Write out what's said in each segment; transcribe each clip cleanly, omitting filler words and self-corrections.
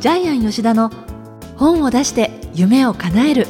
ジャイアン吉田の本を出して夢を叶える。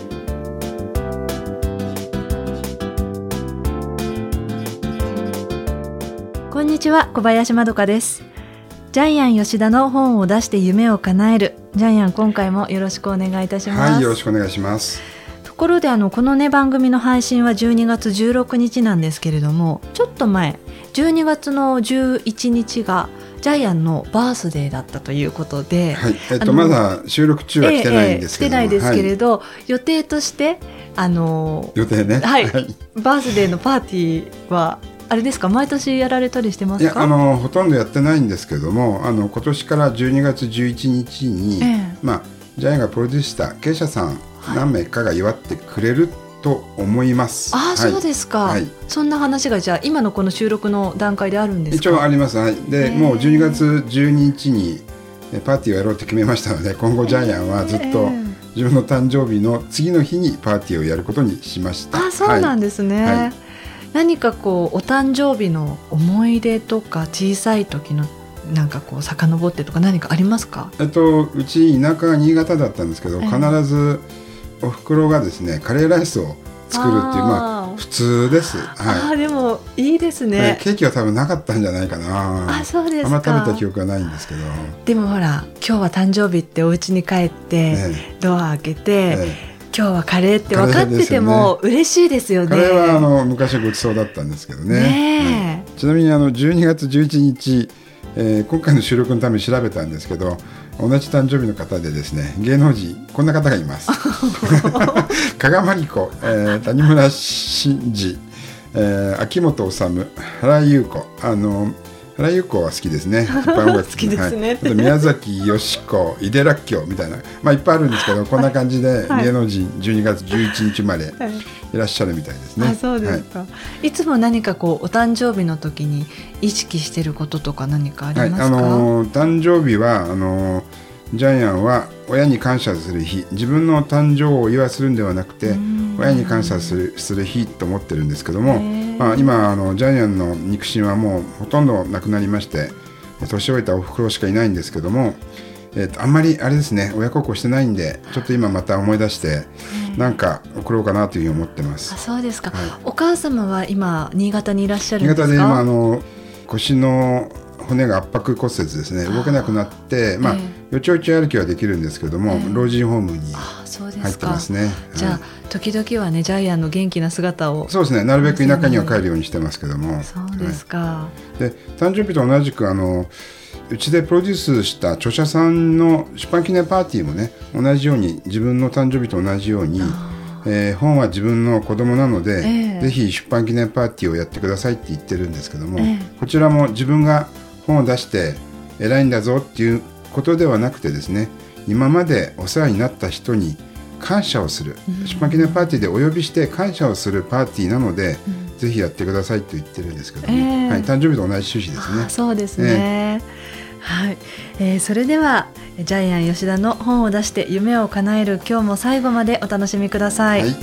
こんにちは、小林まどかです。ジャイアン吉田の本を出して夢を叶える。ジャイアン、今回もよろしくお願いいたします。 はい、よろしくお願いします。 ところでこのね番組の配信は12月16日なんですけれども、ちょっと前12月の11日がジャイアンのバースデーだったということで、 はい、まだ収録中は来てないんですけど、 来てないですけれど、予定として予定ね、 はい、バースデーのパーティーはあれですか、毎年やられたりしてますか？ いや、ほとんどやってないんですけども、今年から12月11日に、ジャイアンがプロデュースした経営者さん何名かが祝ってくれると思います。 そうですか、はい、そんな話がじゃあ今のこの収録の段階であるんですか？ 一応あります、はい、でもう12月12日にパーティーをやろうって決めましたので、今後ジャイアンはずっと自分の誕生日の次の日にパーティーをやることにしました。 そうなんですね、はい、何かお誕生日の思い出とか小さい時のなんか遡ってとか何かありますか？ うち田舎が新潟だったんですけど、必ずお袋がですねカレーライスを作るっていう普通です、はい、 でもいいですね、 ケーキは多分なかったんじゃないかな。 そうですか。 あんま食べた記憶はないんですけど、 でもほら今日は誕生日ってお家に帰って、ドア開けて、今日はカレーって分かってても嬉しいですよね。 カレーは昔ごちそうだったんですけどね、ちなみに12月11日、今回の収録のために調べたんですけど、同じ誕生日の方でですね、芸能人こんな方がいます加賀まりこ、谷村新司、秋元治、原由子、原由子は好きですね。いっぱい音楽好きですね、 あと宮崎美子、井出らっきょみたいな、いっぱいあるんですけど、こんな感じで芸能人12月11日までいらっしゃるみたいですね。 そうですか、いつも何かお誕生日の時に意識してることとか何かありますか？ 誕生日はジャイアンは親に感謝する日、自分の誕生をお祝いするんではなくて親に感謝する日と思ってるんですけども、今ジャイアンの肉親はもうほとんどなくなりまして、年老いたおふくろしかいないんですけども、あんまりあれですね、親孝行してないんで、ちょっと今また思い出してなんか送ろうかなというふうに思ってます。 そうですか、お母様は今新潟にいらっしゃるんですか？ 新潟で今腰の骨が圧迫骨折ですね、動けなくなって、よちよち歩きはできるんですけども、老人ホームに入ってますね。 じゃあ時々はね、ジャイアンの元気な姿を。 そうですね、なるべく田舎には帰るようにしてますけども。 そうですか、 で誕生日と同じくうちでプロデュースした著者さんの出版記念パーティーもね、同じように自分の誕生日と同じように、本は自分の子供なので、ぜひ出版記念パーティーをやってくださいって言ってるんですけども、こちらも自分が本を出して偉いんだぞっていうことではなくてですね、今までお世話になった人に感謝をする、出版記念パーティーでお呼びして感謝をするパーティーなので、ぜひやってくださいと言ってるんですけども、誕生日と同じ趣旨ですね。 そうですね、はい、それではジャイアン吉田の本を出して夢を叶える、今日も最後までお楽しみください。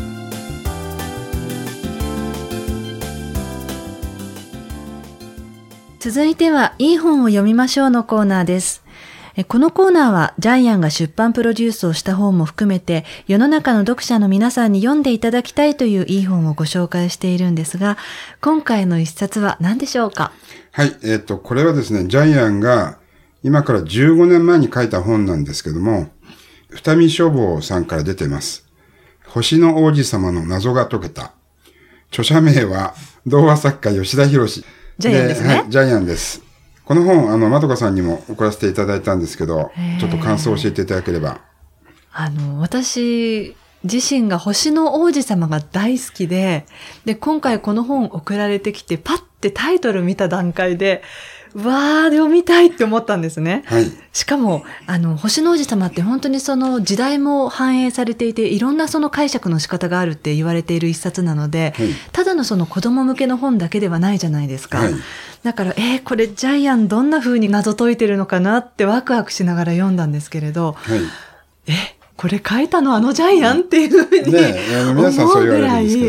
続いてはいい本を読みましょうのコーナーです。このコーナーはジャイアンが出版プロデュースをした本も含めて、世の中の読者の皆さんに読んでいただきたいといういい本をご紹介しているんですが、今回の一冊は何でしょうか？ はい、これはですね、ジャイアンが今から15年前に書いた本なんですけども、二見書房さんから出てます。星の王子様の謎が解けた。著者名は童話作家吉田博。 ジャイアンですね。 ジャイアンです。この本まどかさんにも送らせていただいたんですけど、ちょっと感想を教えていただければ。 私自身が星の王子様が大好きで、今回この本送られてきてパッてタイトル見た段階で、読みたいって思ったんですね。しかも星の王子様って本当にその時代も反映されていて、いろんなその解釈の仕方があるって言われている一冊なので、ただのその子供向けの本だけではないじゃないですか。だからこれジャイアンどんな風に謎解いてるのかなってワクワクしながら読んだんですけれど、これ書いたのジャイアンっていう風に皆さんそう言われるんですけど、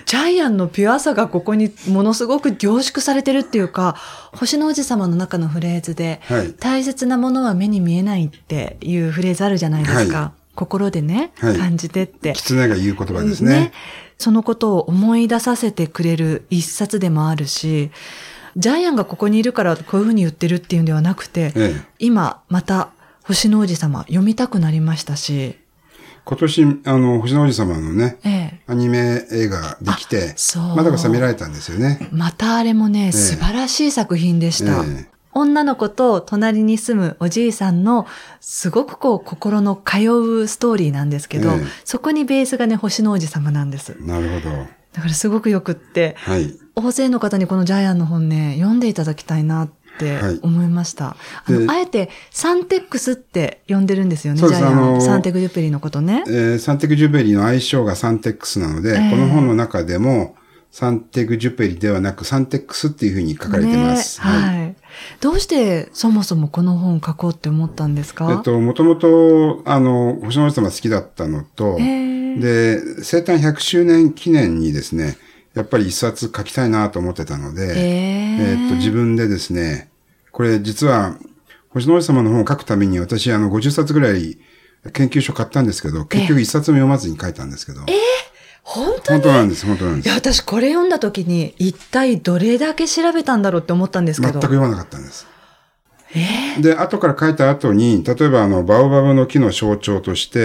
ジャイアンのピュアさがここにものすごく凝縮されてるっていうか、星の王子様の中のフレーズで、はい、大切なものは目に見えないっていうフレーズあるじゃないですか。はい、心でね、はい、感じてって。 狐が言う言葉ですね。 そのことを思い出させてくれる一冊でもあるし、ジャイアンがここにいるからこういうふうに言ってるっていうんではなくて、今また星の王子様読みたくなりましたし、 今年星の王子様のね、アニメ映画できて、まだかさ見られたんですよね。 またあれもね、素晴らしい作品でした。女の子と隣に住むおじいさんのすごく心の通うストーリーなんですけど、そこにベースがね、星の王子様なんです。 なるほど。 だからすごくよくって、はい、大勢の方にこのジャイアンの本ね、読んでいただきたいなって思いました。あえてサンテックスって呼んでるんですよね、ジャイアン。サンテグジュペリのことね。 サンテグジュペリの愛称がサンテックスなので、この本の中でもサンテグジュペリではなくサンテックスっていうふうに書かれてます。 はい。どうしてそもそもこの本書こうって思ったんですか？ もともと、星の王子様好きだったのと、で、生誕100周年記念にですね、やっぱり一冊書きたいなと思ってたので、自分でですね、これ実は、星の王子様の本を書くために私、50冊ぐらい研究書買ったんですけど、結局一冊も読まずに書いたんですけど。 本当に？ 本当なんです、本当なんです。 いや、私これ読んだ時に、一体どれだけ調べたんだろうって思ったんですけど。 全く読まなかったんです。で、後から書いた後に、例えばバオバブの木の象徴として、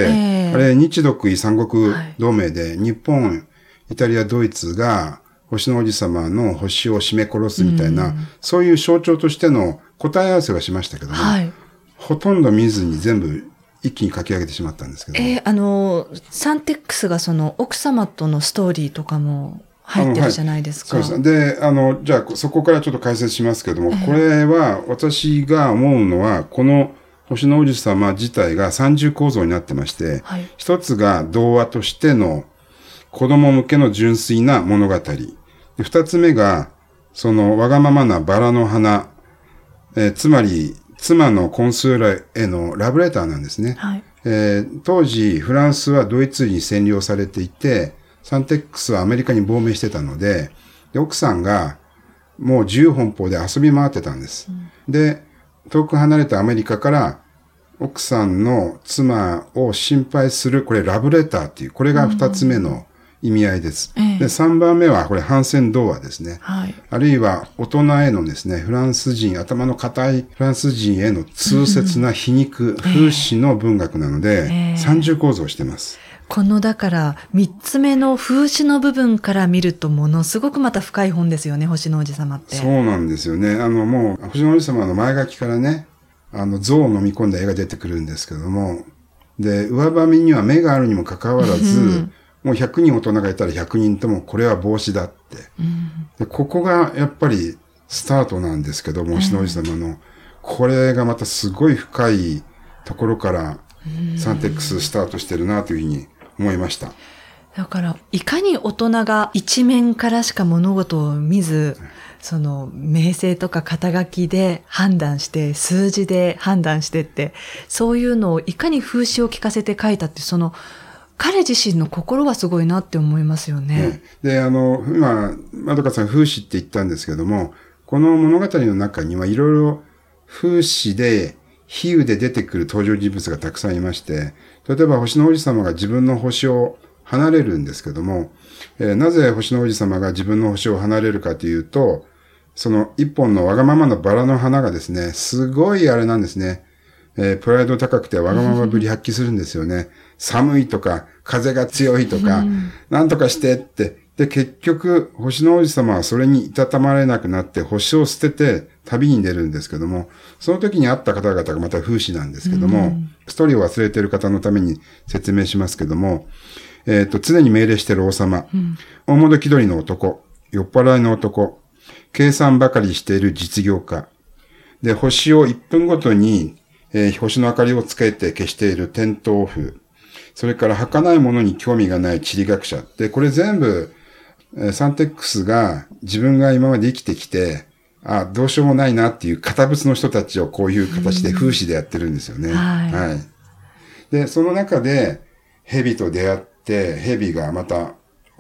あれ、日独伊三国同盟で、日本、イタリア、ドイツが、星の王子様の星を絞め殺すみたいな、そういう象徴としての答え合わせはしましたけども、ほとんど見ずに全部一気に書き上げてしまったんですけど。 サンテックスが奥様とのストーリーとかも入ってるじゃないですか。 そうです。で、じゃあそこからちょっと解説しますけども、これは私が思うのは、この星の王子様自体が三重構造になってまして、一つが童話としての子供向けの純粋な物語。二つ目が、わがままなバラの花、つまり、妻のコンスーラへのラブレターなんですね。当時、フランスはドイツに占領されていて、サンテックスはアメリカに亡命してたので、奥さんがもう自由奔放で遊び回ってたんです。で、遠く離れたアメリカから奥さんの妻を心配する、これラブレターっていう、これが二つ目の意味合いです。で、3番目はこれ反戦童話ですね。あるいは大人へのですね、頭の固いフランス人への痛切な皮肉、風刺の文学なので、三重構造してます。 このだから3つ目の風刺の部分から見るとものすごくまた深い本ですよね、星の王子様って。 そうなんですよね。もう星の王子様の前書きからね、象を飲み込んだ絵が出てくるんですけども、で、上ばみには目があるにもかかわらず、もう100人大人がいたら100人ともこれは帽子だって。でここがやっぱりスタートなんですけども、星の王子様の、これがまたすごい深いところからサンテックススタートしてるなというふうに思いました。 だから、いかに大人が一面からしか物事を見ず、名声とか肩書きで判断して、数字で判断してって、そういうのをいかに風刺を聞かせて書いたって、彼自身の心がすごいなって思いますよね。 で、今、まどかさん風刺って言ったんですけども、この物語の中にはいろいろ風刺で、比喩で出てくる登場人物がたくさんいまして、例えば星の王子様が自分の星を離れるんですけども、なぜ星の王子様が自分の星を離れるかというと、その一本のわがままのバラの花がですね、すごいあれなんですね。プライド高くてわがままぶり発揮するんですよね。寒いとか、風が強いとか、なんとかしてって。で、結局、星の王子様はそれにいたたまれなくなって、星を捨てて旅に出るんですけども、その時に会った方々がまた風刺なんですけども、ストーリーを忘れている方のために説明しますけども、常に命令している王様、大物気取りの男、酔っ払いの男、計算ばかりしている実業家、で、星を1分ごとに、星の明かりをつけて消している点灯符、それから儚いものに興味がない地理学者。で、これ全部、サンテックスが自分が今まで生きてきて、どうしようもないなっていう堅物の人たちをこういう形で風刺でやってるんですよね。はい。で、その中で蛇と出会って、蛇がまた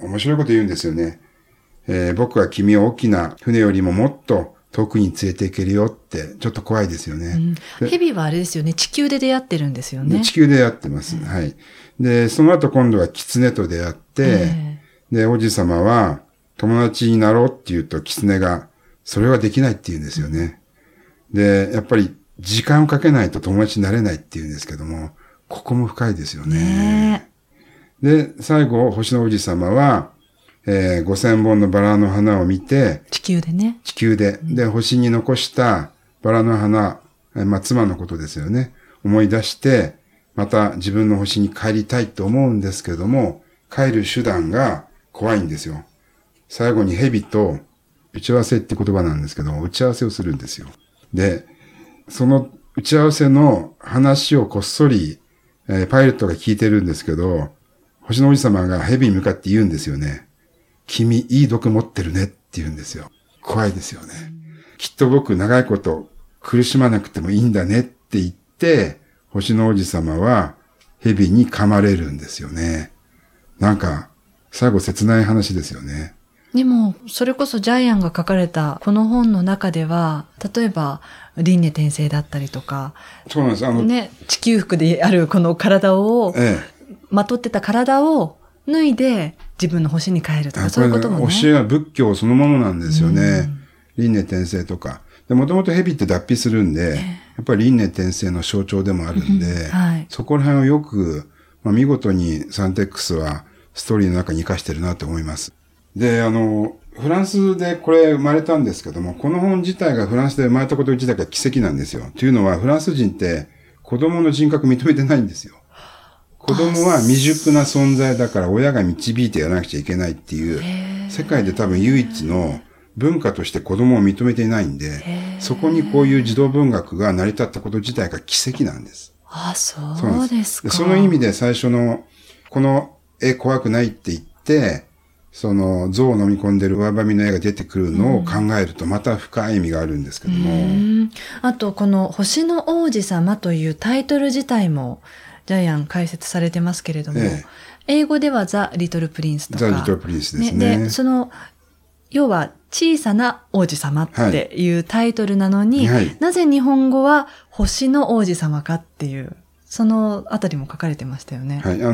面白いこと言うんですよね。僕は君を大きな船よりももっと遠くに連れて行けるよって、ちょっと怖いですよね。 蛇はあれですよね、地球で出会ってるんですよね。 地球で出会ってます。はい。で、その後今度は狐と出会って、で、王子様は友達になろうって言うと狐が、それはできないって言うんですよね。で、やっぱり時間をかけないと友達になれないって言うんですけども、ここも深いですよね。で、最後、星の王子様は、5000本のバラの花を見て、 地球でね。 地球で。で、星に残したバラの花、妻のことですよね。思い出して、また自分の星に帰りたいと思うんですけども、帰る手段が怖いんですよ。最後に蛇と打ち合わせって言葉なんですけども、打ち合わせをするんですよ。で、その打ち合わせの話をこっそり、パイロットが聞いてるんですけど、星の王子様が蛇に向かって言うんですよね。君、いい毒持ってるねって言うんですよ。怖いですよね。きっと僕、長いこと苦しまなくてもいいんだねって言って、星の王子様は蛇に噛まれるんですよね。なんか、最後切ない話ですよね。 でも、それこそジャイアンが書かれたこの本の中では、例えば、輪廻転生だったりとか、 そうなんです。 ね、地球服であるこの体を、まとってた体を脱いで自分の星に帰るとか、そういうこともね。 教えは仏教そのものなんですよね。輪廻転生とか。で、もともと蛇って脱皮するんで、やっぱり輪廻転生の象徴でもあるんで、そこら辺をよく、見事にサンテックスはストーリーの中に活かしてるなと思います。で、フランスでこれ生まれたんですけども、この本自体がフランスで生まれたこと自体が奇跡なんですよ。というのは、フランス人って子供の人格認めてないんですよ。子供は未熟な存在だから親が導いてやらなくちゃいけないっていう、世界で多分唯一の文化として子供を認めていないんで、そこにこういう児童文学が成り立ったこと自体が奇跡なんです。 そうですか。 その意味で最初の、この絵怖くないって言って、その像を飲み込んでる上髪の絵が出てくるのを考えるとまた深い意味があるんですけども。 あと、この星の王子様というタイトル自体も、ジャイアン解説されてますけれども、英語ではザ・リトル・プリンスとか。 ザ・リトル・プリンスですね。 で、要は小さな王子様っていうタイトルなのに、なぜ日本語は星の王子様かっていう、そのあたりも書かれてましたよね。 はい。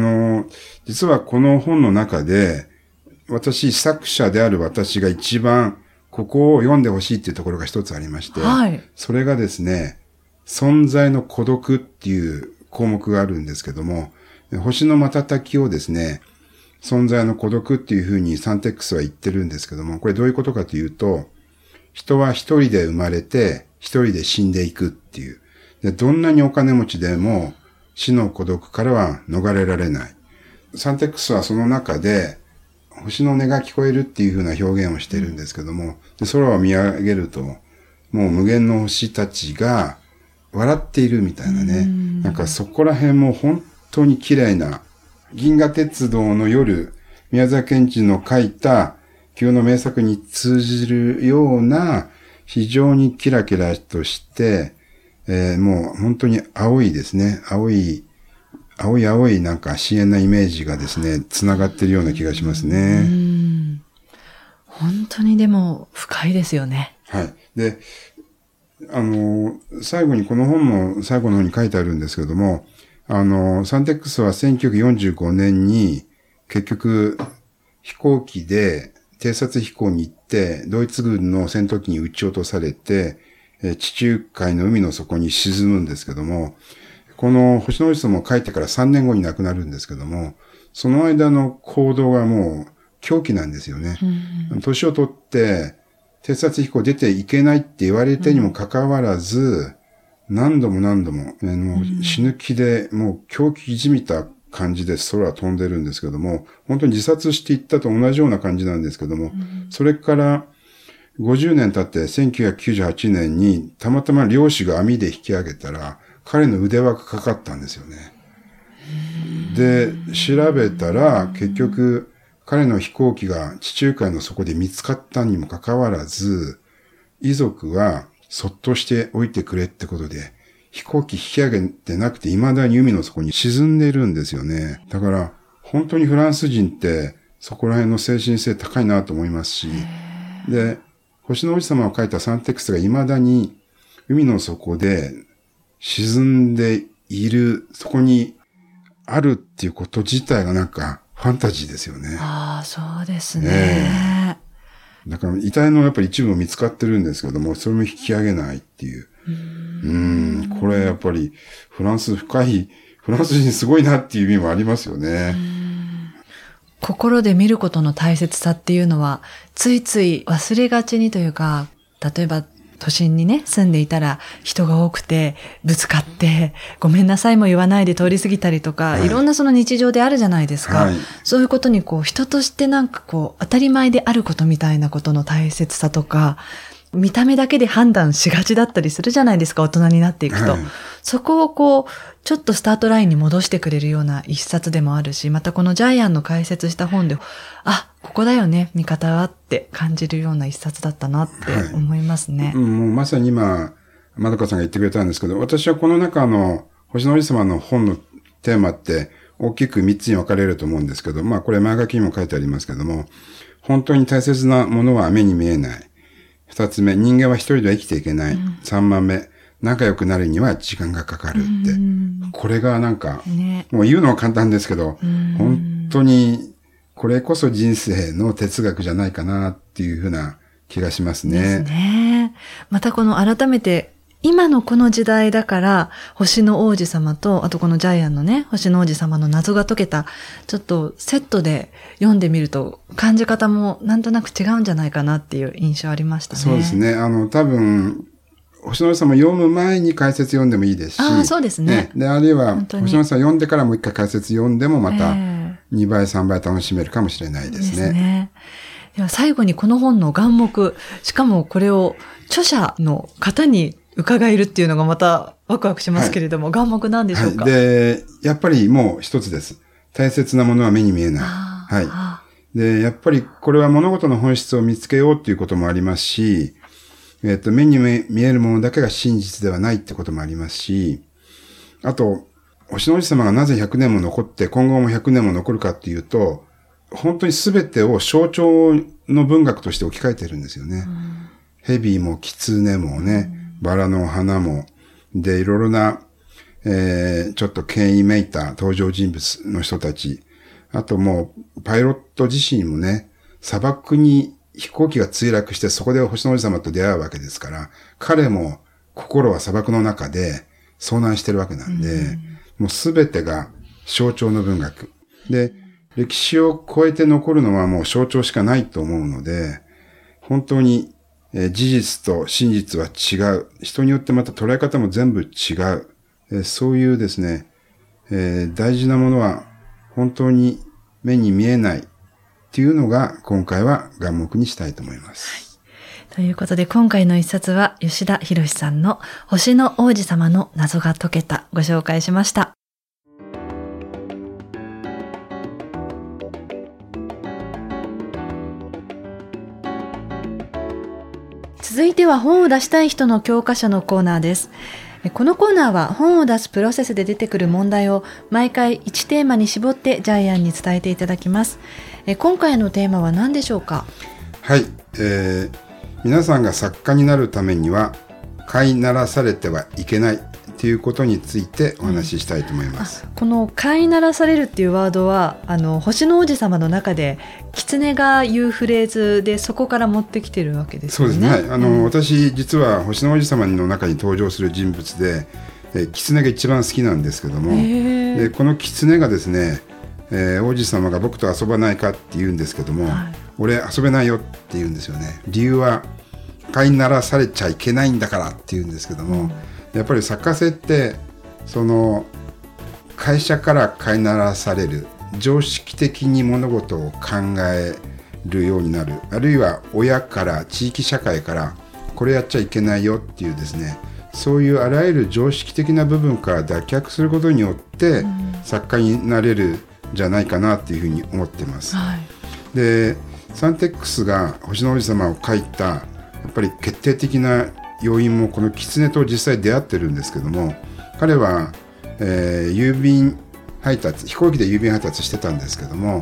実はこの本の中で、作者である私が一番ここを読んでほしいっていうところが一つありまして、それがですね、存在の孤独っていう項目があるんですけども、星の瞬きをですね、存在の孤独っていうふうにサンテックスは言ってるんですけども、これどういうことかというと、人は一人で生まれて、一人で死んでいくっていう。で、どんなにお金持ちでも死の孤独からは逃れられない。サンテックスはその中で、星の音が聞こえるっていう風な表現をしてるんですけども、で空を見上げると、もう無限の星たちが笑っているみたいなね。なんかそこら辺も本当に綺麗な、銀河鉄道の夜、宮沢賢治の書いた旧の名作に通じるような、非常にキラキラとして、もう本当に青いですね。青いなんか深遠なイメージがですね、繋がってるような気がしますね。 本当にでも深いですよね。 はい。で、最後にこの本の最後の方に書いてあるんですけども、サンテックスは1945年に結局飛行機で偵察飛行に行って、ドイツ軍の戦闘機に撃ち落とされて、地中海の海の底に沈むんですけども、この星の王子様を書いてから3年後に亡くなるんですけども、その間の行動がもう狂気なんですよね。年を取って偵察飛行出ていけないって言われてにもかかわらず、何度ももう死ぬ気でもう狂気じみた感じで空飛んでるんですけども、本当に自殺していったと同じような感じなんですけども、それから50年経って1998年にたまたま漁師が網で引き上げたら、彼の腕輪がかかったんですよね。で、調べたら結局彼の飛行機が地中海の底で見つかったにもかかわらず、遺族はそっとしておいてくれってことで、飛行機引き上げてなくて未だに海の底に沈んでいるんですよね。だから本当にフランス人ってそこら辺の精神性高いなと思いますし、で、星の王子様を書いたサンテックスが未だに海の底で沈んでいる、そこにあるっていうこと自体がなんかファンタジーですよね。 ああ、そうですね。 だから遺体のやっぱり一部も見つかってるんですけども、それも引き上げないっていう。これやっぱりフランス人すごいなっていう意味もありますよね。 心で見ることの大切さっていうのは、ついつい忘れがちにというか、例えば都心にね、住んでいたら人が多くて、ぶつかって、ごめんなさいも言わないで通り過ぎたりとか、はい、いろんなその日常であるじゃないですか。はい、そういうことに人として当たり前であることみたいなことの大切さとか、見た目だけで判断しがちだったりするじゃないですか、大人になっていくと。はい、そこをちょっとスタートラインに戻してくれるような一冊でもあるし、またこのジャイアンの解説した本で、ここだよね、見方はって感じるような一冊だったなって思いますね。 もうまさに今、まどかさんが言ってくれたんですけど、私はこの中の星の王子様の本のテーマって大きく3つに分かれると思うんですけど、これ前書きにも書いてありますけども、本当に大切なものは目に見えない。2つ目、人間は一人では生きていけない。3番目、仲良くなるには時間がかかるって。これがなんか、もう言うのは簡単ですけど、本当にこれこそ人生の哲学じゃないかなっていうふうな気がしますね。 ですね。また改めて、今のこの時代だから、星の王子様と、あとこのジャイアンのね、星の王子様の謎が解けた、ちょっとセットで読んでみると、感じ方もなんとなく違うんじゃないかなっていう印象ありましたね。 そうですね。多分、星の王子様読む前に解説読んでもいいですし。 そうですね。 で、あるいは、星の王子様読んでからもう一回解説読んでもまた、2倍、3倍楽しめるかもしれないですね。ですね。 では最後にこの本の眼目、しかもこれを著者の方に伺えるっていうのがまたワクワクしますけれども、眼目なんでしょうか？ で、やっぱりもう一つです。大切なものは目に見えない。で、やっぱりこれは物事の本質を見つけようっていうこともありますし、目に見えるものだけが真実ではないってこともありますし、あと、星の王子様がなぜ100年も残って今後も100年も残るかっていうと、本当に全てを象徴の文学として置き換えてるんですよね。蛇も狐もね、バラの花も、で、いろいろな、ちょっと権威めいた登場人物の人たち、あともう、パイロット自身もね、砂漠に飛行機が墜落してそこで星の王子様と出会うわけですから、彼も心は砂漠の中で遭難してるわけなんで、もうすべてが象徴の文学。で、歴史を超えて残るのはもう象徴しかないと思うので、本当に事実と真実は違う。人によってまた捉え方も全部違う。そういうですね、大事なものは本当に目に見えないっていうのが今回は眼目にしたいと思います。 ということで今回の一冊は吉田博さんの星の王子様の謎が解けたご紹介しました。続いては本を出したい人の教科書のコーナーです。このコーナーは本を出すプロセスで出てくる問題を毎回1テーマに絞ってジャイアンに伝えていただきます。今回のテーマは何でしょうか？ はい、皆さんが作家になるためには飼いならされてはいけないということについてお話ししたいと思います。 この飼いならされるっていうワードは星の王子様の中で狐が言うフレーズでそこから持ってきてるわけですよね。 そうですね。私実は星の王子様の中に登場する人物で、狐が一番好きなんですけども、でこの狐がですね、王子様が僕と遊ばないかって言うんですけども、俺遊べないよって言うんですよね。理由は飼いならされちゃいけないんだからって言うんですけども、やっぱり作家性ってその会社から飼いならされる、常識的に物事を考えるようになる、あるいは親から地域社会からこれやっちゃいけないよっていうですね、そういうあらゆる常識的な部分から脱却することによって作家になれるんじゃないかなっていうふうに思っています。で、サンテックスが星の王子様を書いたやっぱり決定的な要因もこの狐と実際出会ってるんですけども、彼は、郵便配達、飛行機で郵便配達してたんですけども、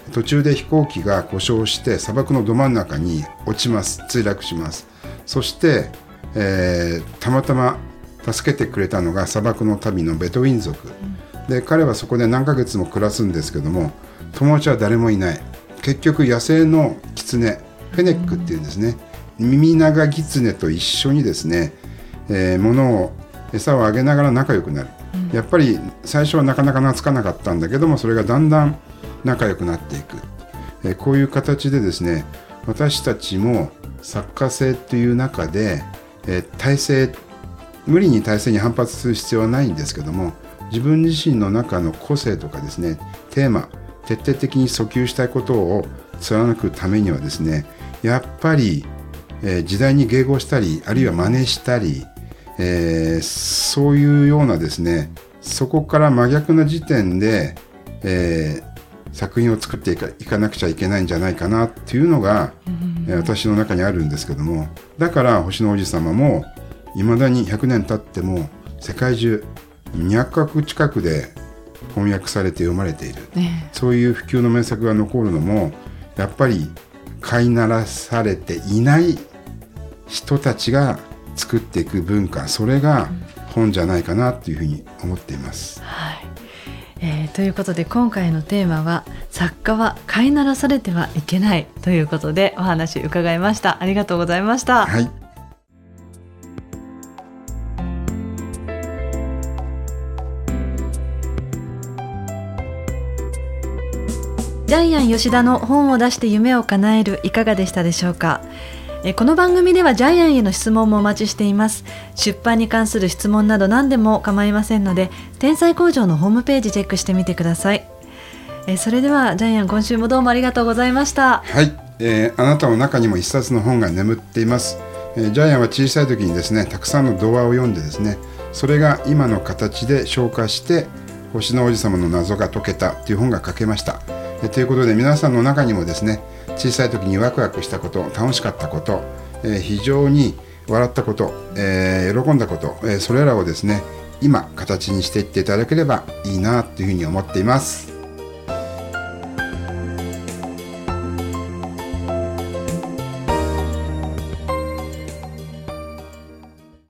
途中で飛行機が故障して砂漠のど真ん中に落ちます。墜落します。そして、たまたま助けてくれたのが砂漠の民のベトウィン族、で彼はそこで何ヶ月も暮らすんですけども、友達は誰もいない。結局野生のキツネ、フェネックっていうんですね、耳長ギツネと一緒にですね、餌をあげながら仲良くなる。やっぱり最初はなかなか懐かなかったんだけども、それがだんだん仲良くなっていく。こういう形でですね、私たちも作家性という中で、無理に体制に反発する必要はないんですけども、自分自身の中の個性とかですね、テーマ、徹底的に訴求したいことを貫くためにはですね、やっぱり、時代に迎合したり、あるいは真似したり、そういうようなですね、そこから真逆な時点で、作品を作っていかなくちゃいけないんじゃないかなっていうのが、私の中にあるんですけども、だから星の王子様も未だに100年経っても世界中200カ国近くで翻訳されて読まれている、そういう普及の名作が残るのも、やっぱり飼いならされていない人たちが作っていく文化、それが本じゃないかなというふうに思っています。 ということで今回のテーマは、作家は飼いならされてはいけないということでお話伺いました。ありがとうございました。 はい。 ジャイアン吉田の本を出して夢を叶える、いかがでしたでしょうか。この番組ではジャイアンへの質問もお待ちしています。出版に関する質問など何でも構いませんので、天才工場のホームページチェックしてみてください。それではジャイアン、今週もどうもありがとうございました。 はい、あなたの中にも一冊の本が眠っています。ジャイアンは小さい時にですね、たくさんの童話を読んでですね、それが今の形で消化して星の王子様の謎が解けたという本が書けました。ということで、皆さんの中にもですね、小さい時にワクワクしたこと、楽しかったこと、非常に笑ったこと、喜んだこと、それらをですね、今形にしていっていただければいいなというふうに思っています。